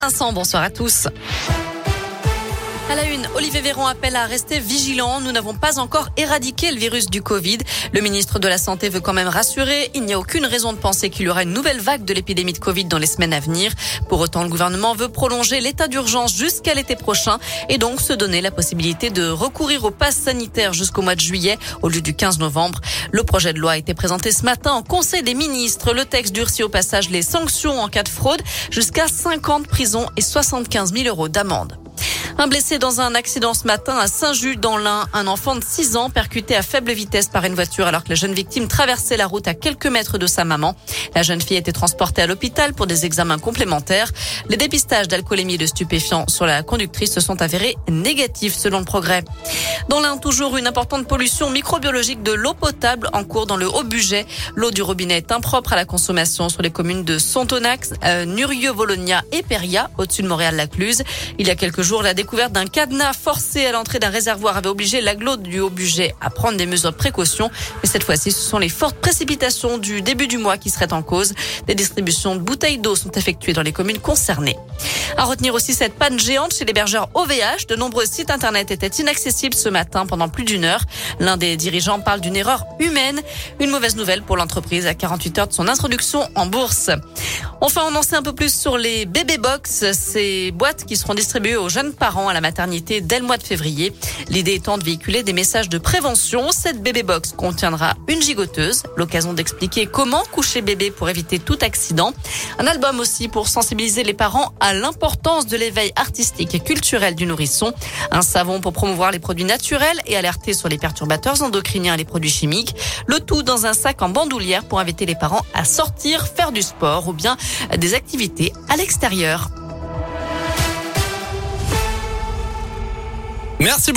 Vincent, bonsoir à tous. À la une, Olivier Véran appelle à rester vigilant. Nous n'avons pas encore éradiqué le virus du Covid. Le ministre de la Santé veut quand même rassurer. Il n'y a aucune raison de penser qu'il y aura une nouvelle vague de l'épidémie de Covid dans les semaines à venir. Pour autant, le gouvernement veut prolonger l'état d'urgence jusqu'à l'été prochain et donc se donner la possibilité de recourir au pass sanitaire jusqu'au mois de juillet au lieu du 15 novembre. Le projet de loi a été présenté ce matin en Conseil des ministres. Le texte durcit au passage les sanctions en cas de fraude jusqu'à 5 ans de prison et 75 000 € d'amende. Un blessé dans un accident ce matin à Saint-Just dans l'Ain. Un enfant de 6 ans percuté à faible vitesse par une voiture alors que la jeune victime traversait la route à quelques mètres de sa maman. La jeune fille a été transportée à l'hôpital pour des examens complémentaires. Les dépistages d'alcoolémie et de stupéfiants sur la conductrice se sont avérés négatifs selon le Progrès. Dans l'Ain, toujours une importante pollution microbiologique de l'eau potable en cours dans le Haut-Bugey. L'eau du robinet est impropre à la consommation sur les communes de Sontonax, Nurieux-Vologna et Péria, au-dessus de Montréal-Lacluse. Il y a quelques jours, la découverte d'un cadenas forcé à l'entrée d'un réservoir avait obligé l'agglo du Haut-Bugey à prendre des mesures de précaution. Mais cette fois-ci, ce sont les fortes précipitations du début du mois qui seraient en cause. Des distributions de bouteilles d'eau sont effectuées dans les communes concernées. À retenir aussi cette panne géante chez l'hébergeur OVH. De nombreux sites internet étaient inaccessibles ce matin pendant plus d'1 heure. L'un des dirigeants parle d'une erreur humaine. Une mauvaise nouvelle pour l'entreprise à 48 heures de son introduction en bourse. Enfin, on en sait un peu plus sur les bébé box, ces boîtes qui seront distribuées aux jeunes parents à la maternité dès le mois de février. L'idée étant de véhiculer des messages de prévention. Cette bébé box contiendra une gigoteuse, l'occasion d'expliquer comment coucher bébé pour éviter tout accident. Un album aussi pour sensibiliser les parents à l'importance de l'éveil artistique et culturel du nourrisson. Un savon pour promouvoir les produits naturels et alerter sur les perturbateurs endocriniens et les produits chimiques. Le tout dans un sac en bandoulière pour inviter les parents à sortir, faire du sport ou bien des activités à l'extérieur. Merci beaucoup.